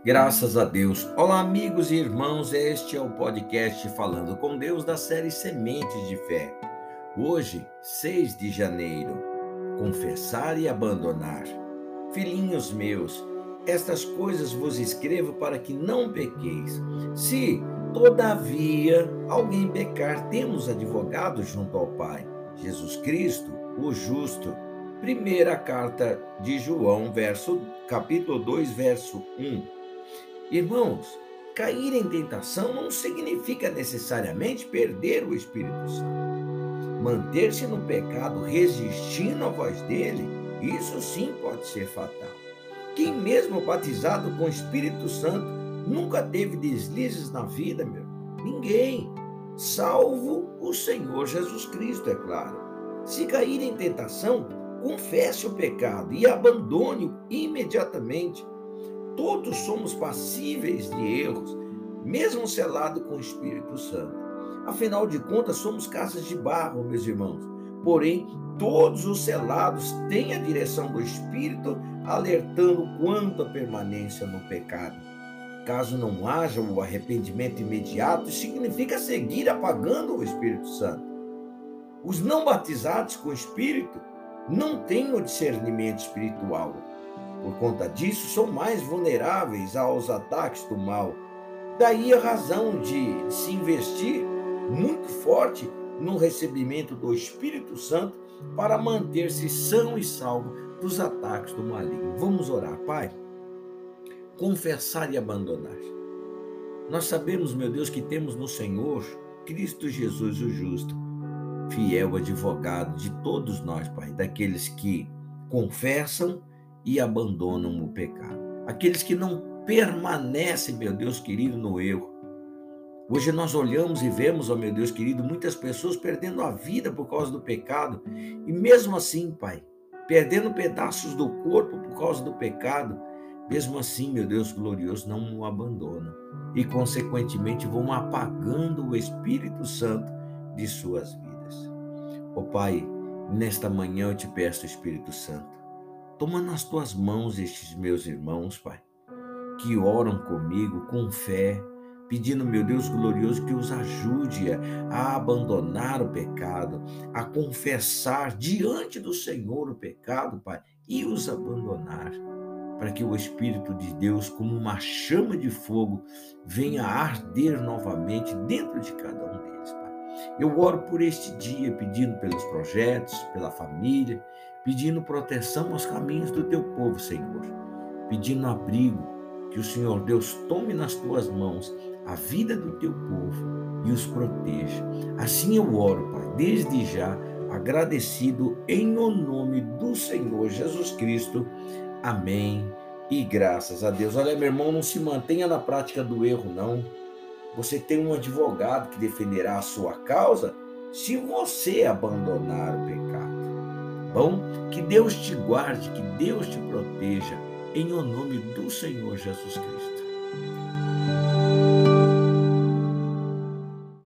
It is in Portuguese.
Graças a Deus. Olá, amigos e irmãos, este é o podcast Falando com Deus da série Sementes de Fé. Hoje, 6 de janeiro, confessar e abandonar. Filhinhos meus, estas coisas vos escrevo para que não pequeis. Se, todavia, alguém pecar, temos advogado junto ao Pai, Jesus Cristo, o justo. Primeira carta de João, capítulo 2, verso 1. Irmãos, cair em tentação não significa necessariamente perder o Espírito Santo. Manter-se no pecado resistindo à voz dele, isso sim pode ser fatal. Quem mesmo batizado com o Espírito Santo nunca teve deslizes na vida, meu? Ninguém, salvo o Senhor Jesus Cristo, é claro. Se cair em tentação, confesse o pecado e abandone-o imediatamente. Todos somos passíveis de erros, mesmo selado com o Espírito Santo. Afinal de contas, somos casas de barro, meus irmãos. Porém, todos os selados têm a direção do Espírito, alertando quanto à permanência no pecado. Caso não haja o arrependimento imediato, significa seguir apagando o Espírito Santo. Os não batizados com o Espírito não têm o discernimento espiritual. Por conta disso, são mais vulneráveis aos ataques do mal. Daí a razão de se investir muito forte no recebimento do Espírito Santo para manter-se são e salvo dos ataques do maligno. Vamos orar, Pai. Confessar e abandonar. Nós sabemos, meu Deus, que temos no Senhor Cristo Jesus, o justo, fiel advogado de todos nós, Pai, daqueles que confessam e abandonam o pecado. Aqueles que não permanecem, meu Deus querido, no erro. Hoje nós olhamos e vemos, ó meu Deus querido, muitas pessoas perdendo a vida por causa do pecado. E mesmo assim, Pai, perdendo pedaços do corpo por causa do pecado, mesmo assim, meu Deus glorioso, não o abandonam. E, consequentemente, vão apagando o Espírito Santo de suas vidas. Ó Pai, nesta manhã eu te peço, Espírito Santo, toma nas tuas mãos estes meus irmãos, Pai, que oram comigo com fé, pedindo, meu Deus glorioso, que os ajude a abandonar o pecado, a confessar diante do Senhor o pecado, Pai, e os abandonar, para que o Espírito de Deus, como uma chama de fogo, venha a arder novamente dentro de cada um deles, Pai. Eu oro por este dia, pedindo pelos projetos, pela família, pedindo proteção aos caminhos do teu povo, Senhor, pedindo abrigo, que o Senhor Deus tome nas tuas mãos a vida do teu povo e os proteja. Assim eu oro, Pai, desde já, agradecido em o nome do Senhor Jesus Cristo. Amém e graças a Deus. Olha, meu irmão, não se mantenha na prática do erro, não. Você tem um advogado que defenderá a sua causa se você abandonar o pecado. Bom, que Deus te guarde, que Deus te proteja, em o nome do Senhor Jesus Cristo.